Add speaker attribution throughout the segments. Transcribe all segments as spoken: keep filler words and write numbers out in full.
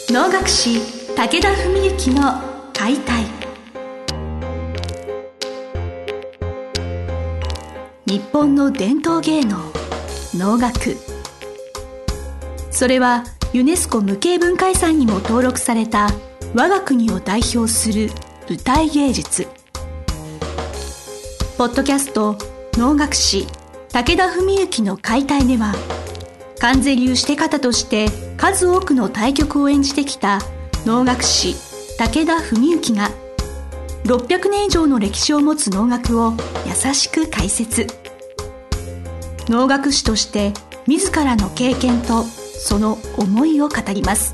Speaker 1: 能楽師武田文幸の解体。日本の伝統芸能能楽、それはユネスコ無形文化遺産にも登録された我が国を代表する舞台芸術。ポッドキャスト能楽師武田文幸の解体では、観世流して方として数多くの大曲を演じてきた能楽師武田文幸がろっぴゃくねん以上の歴史を持つ能楽を優しく解説。能楽師として自らの経験とその思いを語ります。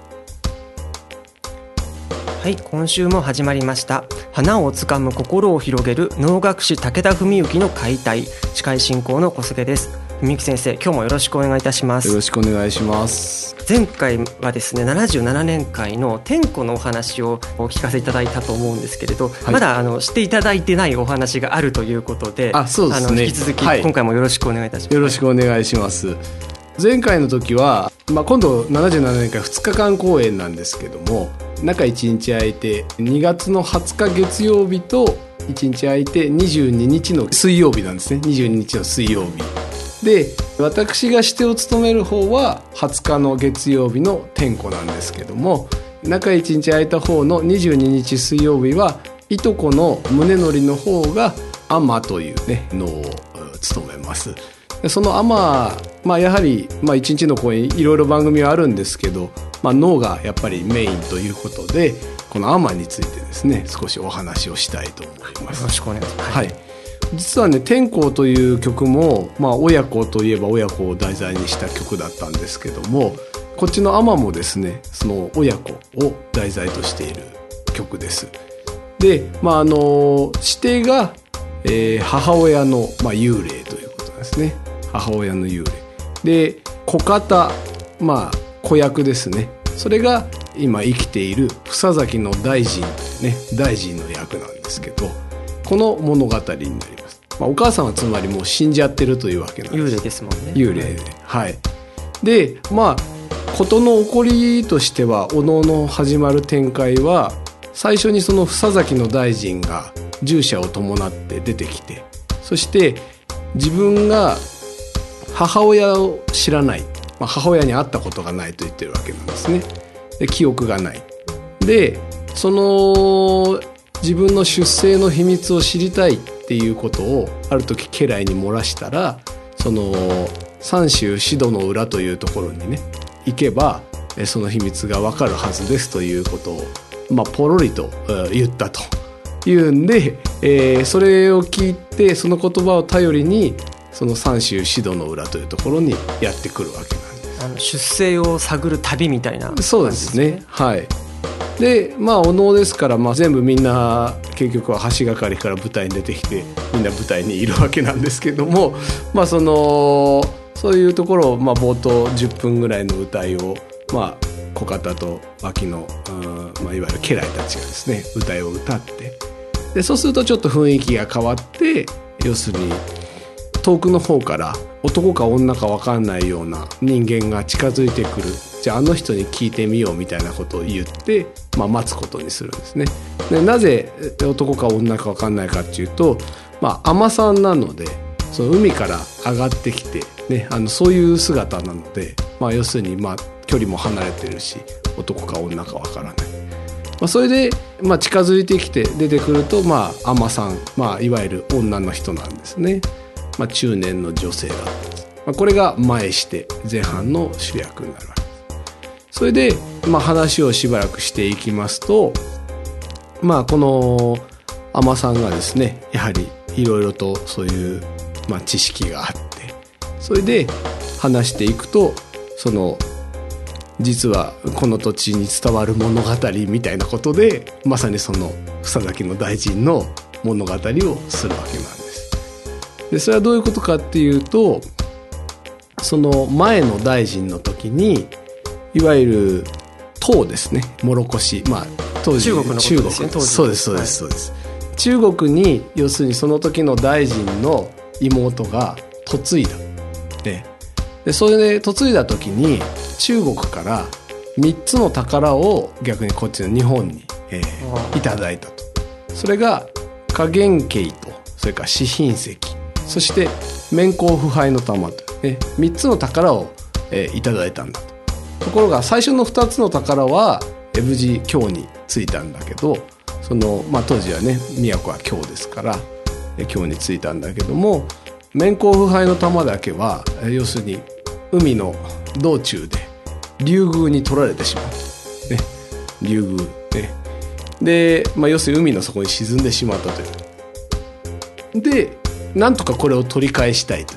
Speaker 2: はい、今週も始まりました。花をつかむ心を広げる能楽師武田文幸の解体。司会進行の小菅です。文幸先生、今日もよろしくお願いいたします。
Speaker 3: よろしくお願いします。
Speaker 2: 前回はですね、ななじゅうななねんかいの天子のお話をお聞かせいただいたと思うんですけれど、はい、まだあのしていただいてないお話があるということで、
Speaker 3: あ、そうですね、
Speaker 2: あの引き続き、はい、今回もよろしくお願いいたします。
Speaker 3: よろしくお願いします。前回の時は、まあ、今度ななじゅうななねんかいふつかかん公演なんですけども、中いちにち空いてにがつのはつか月曜日といちにち空いてにじゅうににちの水曜日なんですね。にじゅうににちの水曜日で、私が師弟を務める方ははつかの月曜日の天子なんですけども、中いちにち空いた方のにじゅうににち水曜日はいとこの宗則の方が尼というね能を務めます。その尼、まあ、やはり、まあ、いちにちの公演いろいろ番組はあるんですけど、まあ、能がやっぱりメインということで、この尼についてですね少しお話をしたいと思います。
Speaker 2: よろしくお願いします。
Speaker 3: はい、実はね、天子という曲も、まあ、親子といえば親子を題材にした曲だったんですけども、こっちの尼もですねその親子を題材としている曲です。で、まあ、あの指定が、えー、母親の、まあ、幽霊ということなんですね。母親の幽霊で、子方、まあ子役ですね。それが今生きている房崎の大臣というね大臣の役なんですけど、この物語になります。まあ、お母さんはつまりもう死んじゃってるというわけなんです。
Speaker 2: 幽霊ですもんね。
Speaker 3: 幽霊で、はい。で、まあ事の起こりとしては、おのおの始まる展開は、最初にその房崎の大臣が従者を伴って出てきて、そして自分が母親を知らない、まあ、母親に会ったことがないと言ってるわけなんですね。で、記憶がない。で、その自分の出生の秘密を知りたいっていうことをある時家来に漏らしたら、その三州四度の裏というところにね行けばその秘密がわかるはずですということを、まあ、ポロリと言ったというんで、えー、それを聞いて、その言葉を頼りにその三州四度の裏というところにやってくるわけなんです。
Speaker 2: あの出生を探る旅みたいな感じですね。
Speaker 3: そうですね。はい。で、まあお能ですから、まあ、全部みんな結局は橋がかりから舞台に出てきて、みんな舞台にいるわけなんですけども、まあそのそういうところを、まあ、冒頭じゅっぷんぐらいの歌いを、まあ小方と脇の、うん、まあ、いわゆる家来たちがですね歌いを歌って、でそうするとちょっと雰囲気が変わって、要するに遠くの方から男か女か分かんないような人間が近づいてくる。じゃああの人に聞いてみようみたいなことを言って、まあ、待つことにするんですね。で、なぜ男か女か分かんないかっていうと、まあ尼さんなので、その海から上がってきて、ね、あのそういう姿なので、まあ、要するにまあ距離も離れてるし、男か女か分からない。まあ、それで、まあ、近づいてきて出てくると、まあ尼さん、まあ、いわゆる女の人なんですね。まあ、中年の女性だったんです。まあ、これが前して前半の主役になるわけです。それで、まあ、話をしばらくしていきますと、まあ、この尼さんがですね、やはりいろいろとそういう、まあ、知識があって、それで話していくと、その実はこの土地に伝わる物語みたいなことで、まさにその房崎の大臣の物語をするわけなんです。で、それはどういうことかっていうと、その前の大臣の時に、いわゆる唐ですね、もろこし、まあ当時
Speaker 2: 中国のことですね。当時
Speaker 3: そうですそうですそうです、はい、中国に要するにその時の大臣の妹が嫁いだ。で、でそれで嫁いだ時に中国からみっつの宝を逆にこっちの日本に、えー、いただいたと。それが花元慶とそれから四品石、そして面光腐敗の玉と、ね、みっつの宝を、えー、いただいたんだと。ところが最初のふたつの宝はえ無事京に着いたんだけど、その、まあ、当時はね都は京ですから京に着いたんだけども、面光腐敗の玉だけは要するに海の道中で竜宮に取られてしまう、ね、竜宮ね。で、まあ、要するに海の底に沈んでしまったという。でなんとかこれを取り返したいという、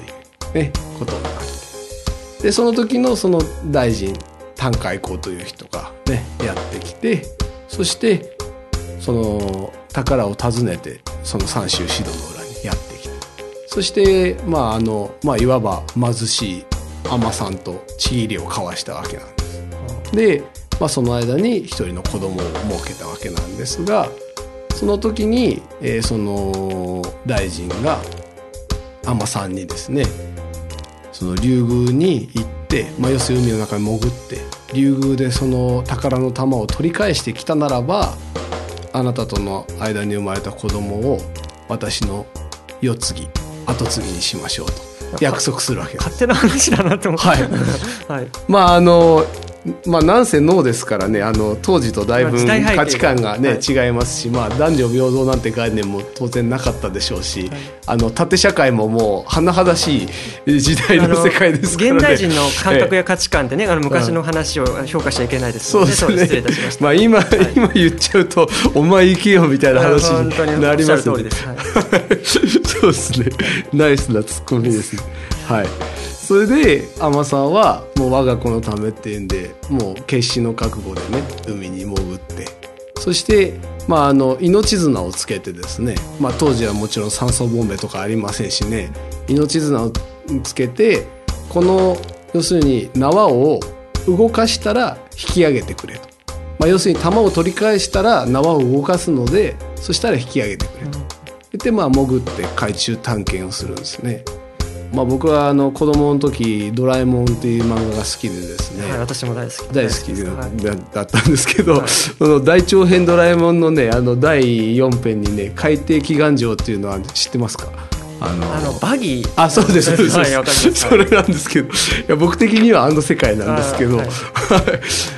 Speaker 3: ね、ことがあって、でその時のその大臣丹海公という人がねやってきて、そしてその宝を訪ねてその三州四度の裏にやってきて、そしてまああの、まあ、いわば貧しい海女さんと契りを交わしたわけなんです。で、まあ、その間に一人の子供を設けたわけなんですが、その時に、えー、その大臣が海女さんにですね、その竜宮に行って、まあ、要するに海の中に潜って竜宮でその宝の玉を取り返してきたならば、あなたとの間に生まれた子供を私の世継ぎ後継ぎにしましょうと約束するわけです。
Speaker 2: 勝手な話だなと思って、はい
Speaker 3: はい、まああのまあなんせ脳ですからね、あの当時とだいぶ価値観がね、はい、違いますし、まあ、男女平等なんて概念も当然なかったでしょうし、はい、あの縦社会ももう甚だしい時代の世界ですからね。現代
Speaker 2: 人の感覚や価値観ってね、あの昔の話を評価しちゃいけないですので、
Speaker 3: そうですね、失礼いたしました。まあ今、はい、今言っちゃうとお前行けよみたいな話になりますので、はい、そうですね、ナイスなツッコミですね。はい、それで海女さんはもう我が子のためっていうんで、もう決死の覚悟でね海に潜って、そして、まあ、あの命綱をつけてですね、まあ、当時はもちろん酸素ボンベとかありませんしね、命綱をつけてこの要するに縄を動かしたら引き上げてくれと、まあ、要するに玉を取り返したら縄を動かすので、そしたら引き上げてくれと言って、まあ、潜って海中探検をするんですね。まあ、僕はあの子供の時ドラえもんっていう漫画が好きでですね、
Speaker 2: はい、私も大好き
Speaker 3: 大好き だ,、はい、だったんですけど、はい、その大長編ドラえもんのね、あのだいよん編にね海底祈願城っていうのは知ってますか？
Speaker 2: あのあのバギー、
Speaker 3: あ、そうですそうです、はい、わかります。それなんですけど、いや僕的にはあの世界なんですけど、はい、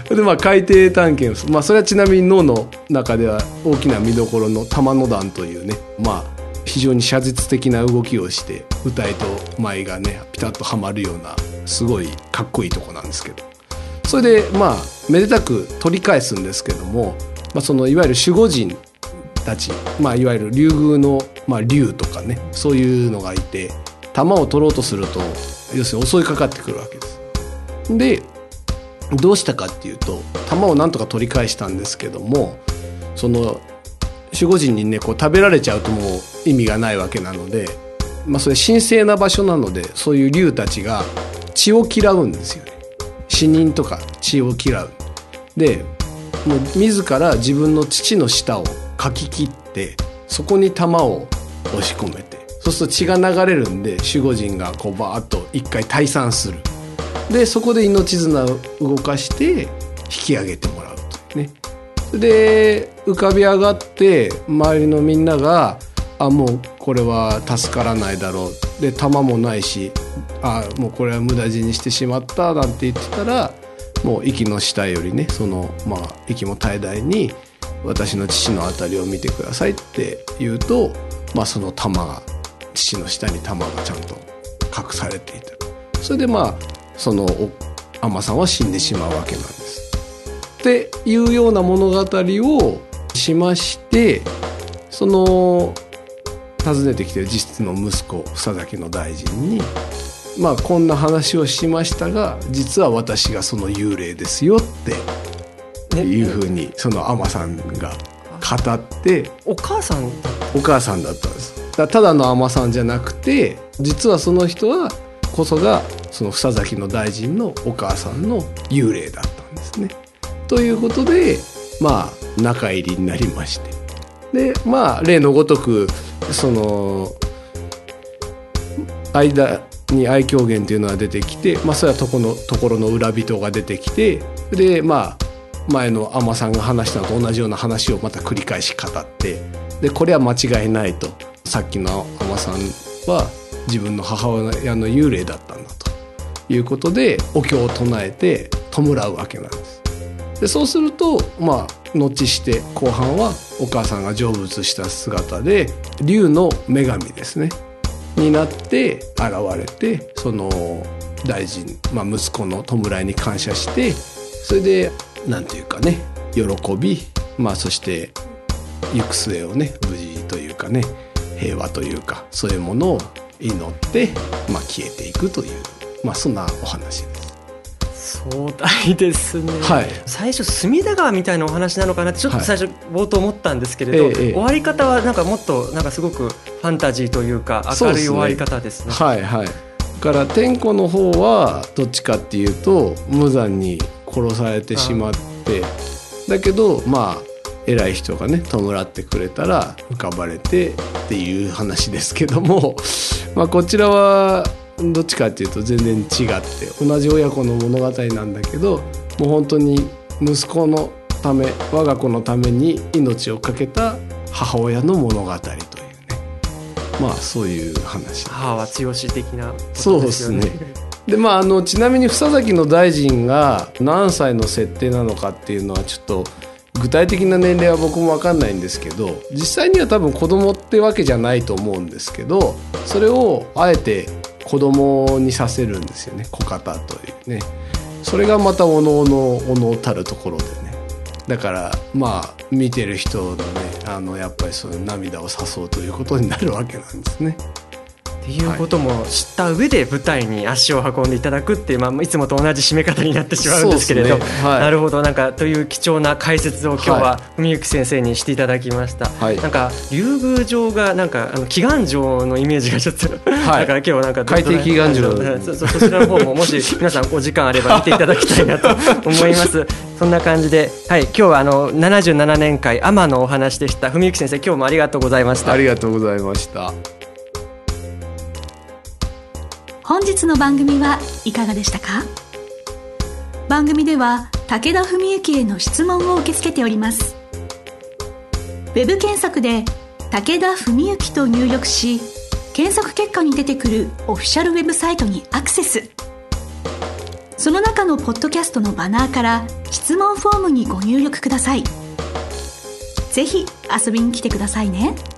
Speaker 3: でまあ海底探検、まあ、それはちなみに脳の中では大きな見どころの玉の段というね、まあ非常に写実的な動きをして舞台と舞がねピタッとはまるようなすごいかっこいいとこなんですけど、それでまあめでたく取り返すんですけども、まあ、そのいわゆる守護神たち、まあ、いわゆる竜宮の、まあ、竜とかね、そういうのがいて玉を取ろうとすると要するに襲いかかってくるわけです。でどうしたかっていうと、玉をなんとか取り返したんですけども、その守護神にねこう食べられちゃうともう意味がないわけなので、まあ、それ神聖な場所なので、そういう竜たちが血を嫌うんですよね。死人とか血を嫌う。でもう自ら自分の父の舌をかき切ってそこに玉を押し込めて、そうすると血が流れるんで守護神がこうバーッと一回退散する。でそこで命綱を動かして引き上げてもらうというね。で浮かび上がって周りのみんながあもうこれは助からないだろう、で弾もないし、あもうこれは無駄死にしてしまったなんて言ってたら、もう息の下よりねその、まあ、息も絶え絶えに私の父のあたりを見てくださいって言うと、まあ、その弾が父の下に弾がちゃんと隠されていた。それでまあその海女さんは死んでしまうわけなんです。っていうような物語をしまして、その訪ねてきている実の息子房崎の大臣に、まあこんな話をしましたが実は私がその幽霊ですよっていうふうにその海女さんが語って、
Speaker 2: お母さん
Speaker 3: お母さんだったんです。だからただの海女さんじゃなくて、実はその人はこそがその房崎の大臣のお母さんの幽霊だったんですね。ということでまあ仲入りになりまして、でまあ例のごとくその間に愛狂言というのが出てきて、まあ、それはとこのところの裏人が出てきてでまあ前の海女さんが話したのと同じような話をまた繰り返し語って、でこれは間違いないと、さっきの海女さんは自分の母親の幽霊だったんだということでお経を唱えて弔うわけなんです。でそうするとまあ後して後半はお母さんが成仏した姿で竜の女神ですねになって現れて、その大臣、まあ、息子の弔いに感謝して、それでなんていうかね喜び、まあそして行く末をね無事というかね平和というかそういうものを祈って、まあ、消えていくという、まあ、そんなお話です。
Speaker 2: 壮大ですね、はい、最初隅田川みたいなお話なのかなってちょっと最初冒頭思ったんですけれど、はい、終わり方はなんかもっとなんかすごくファンタジーというか明るい終わり方ですね。
Speaker 3: はいはい。だから天子の方はどっちかっていうと無残に殺されてしまって、だけどまあ偉い人がね弔ってくれたら浮かばれてっていう話ですけども、まあこちらはどっちかっていうと全然違って同じ親子の物語なんだけど、もう本当に息子のため我が子のために命を懸けた母親の物語というね、まあそういう話。
Speaker 2: 母は強し的なことですよね。
Speaker 3: そうですね。でまああのちなみに房崎の大臣が何歳の設定なのかっていうのはちょっと具体的な年齢は僕も分かんないんですけど、実際には多分子供ってわけじゃないと思うんですけど、それをあえて子供にさせるんですよね、子方というね。それがまたおのおのおのたるところでね、だからまあ見てる人のねあのやっぱりそういう涙を誘うということになるわけなんですね。
Speaker 2: っていうことも知った上で舞台に足を運んでいただくっていう、まあ、いつもと同じ締め方になってしまうんですけれど、ねはい、なるほど、なんかという貴重な解説を今日は文幸先生にしていただきました、はい、なんか竜宮城がなんかあの祈願城のイメージがちょっと、はい、だから今日はなんか
Speaker 3: 海底祈願城
Speaker 2: そ, そ, そちらの方ももし皆さんお時間あれば見ていただきたいなと思いますそんな感じで、はい、今日はあのななじゅうななねんかい海女のお話でした。文幸先生、今日もありがとうございました。
Speaker 3: ありがとうございました。
Speaker 1: 本日の番組はいかがでしたか？番組では武田文幸への質問を受け付けております。ウェブ検索で武田文幸と入力し、検索結果に出てくるオフィシャルウェブサイトにアクセス。その中のポッドキャストのバナーから質問フォームにご入力ください。ぜひ遊びに来てくださいね。